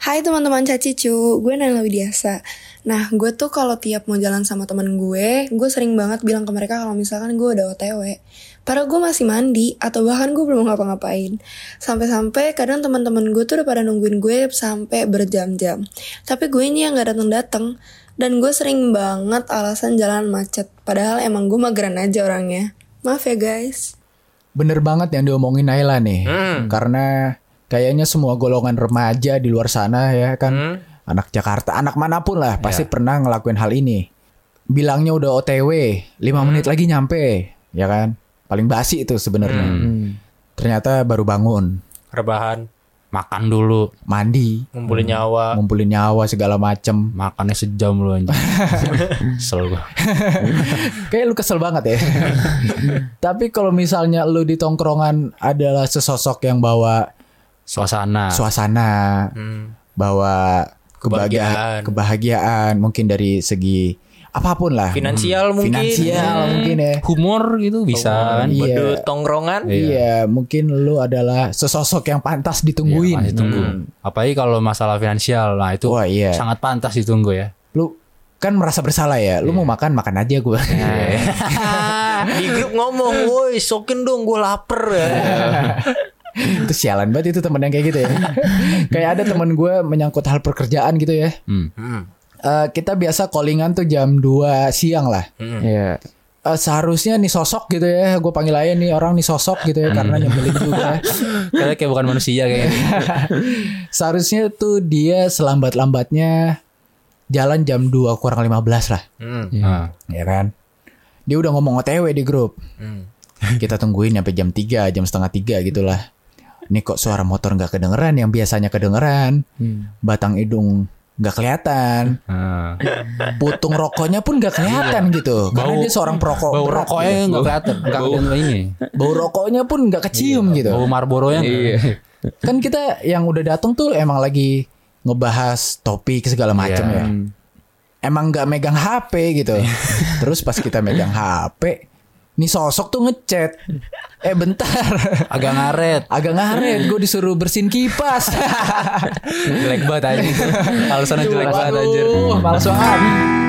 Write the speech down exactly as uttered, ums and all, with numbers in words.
Hai teman-teman Cacicu, gue Nayla Widiasa. Nah, gue tuh kalau tiap mau jalan sama temen gue, gue sering banget bilang ke mereka kalau misalkan gue udah O T W. Padahal gue masih mandi, atau bahkan gue belum ngapa-ngapain. Sampai-sampai kadang teman-teman gue tuh udah pada nungguin gue sampai berjam-jam. Tapi gue ini yang gak dateng-dateng. Dan gue sering banget alasan jalan macet. Padahal emang gue mageran aja orangnya. Maaf ya guys. Bener banget yang diomongin Nayla nih. Hmm. Karena kayaknya semua golongan remaja di luar sana ya kan. Hmm. Anak Jakarta, anak manapun lah pasti yeah. pernah ngelakuin hal ini. Bilangnya udah O T W, lima hmm. menit lagi nyampe, ya kan? Paling basi itu sebenarnya. Hmm. Ternyata baru bangun, rebahan, makan dulu, mandi, ngumpulin hmm. nyawa, ngumpulin nyawa segala macem. Makannya sejam lu anjing. Kesel gua. Kayak lu kesel banget ya. Tapi kalau misalnya lu di tongkrongan adalah sesosok yang bawa suasana, suasana, hmm. bawa kebahagiaan. kebahagiaan, mungkin dari segi apapun lah, finansial hmm. mungkin, finansial hmm. mungkin ya, humor gitu bisa kan, iya. Badut tongkrongan, iya. iya, mungkin lu adalah sesosok yang pantas ditungguin, iya, ditunggu. Hmm. Apalagi kalau masalah finansial, nah itu Wah, iya. sangat pantas ditunggu ya. Lu kan merasa bersalah ya, lu yeah. mau makan makan aja gue. Di grup ngomong, woi sokin dong, gue lapar ya. Itu sialan banget itu temen yang kayak gitu ya. Kayak ada temen gue menyangkut hal pekerjaan gitu ya. Hmm. Uh, kita biasa callingan tuh jam dua siang lah. Hmm. Yeah. Uh, seharusnya nih sosok gitu ya, gue panggil aja nih orang nih sosok gitu ya, hmm. karena nyebelin juga. Karena kayak bukan manusia kayaknya. Seharusnya tuh dia selambat-lambatnya jalan jam dua kurang lima belas lah. Hmm. Hmm. Ya kan. Dia udah ngomong O T W di grup. Hmm. Kita tungguin sampai jam tiga, jam setengah tiga gitulah. Ini kok suara motor gak kedengeran, yang biasanya kedengeran. hmm. Batang hidung gak kelihatan. hmm. Putung rokoknya pun gak kelihatan gitu. Bau, karena dia seorang perokok. Bau berat, rokoknya gitu. Gak kelihatan. Gak kelihatan ini. Bau rokoknya pun gak kecium iya. gitu. Bau Marlboro-nya. Iya. Kan kita yang udah datang tuh emang lagi ngebahas topik segala macam yeah. ya. Emang gak megang H P gitu. Terus pas kita megang H P, nih sosok tuh ngechat. Eh bentar, agak ngaret. Agak ngaret, gue disuruh bersihin kipas. Jelek banget aja. Alasannya jelek banget anjir. Males banget.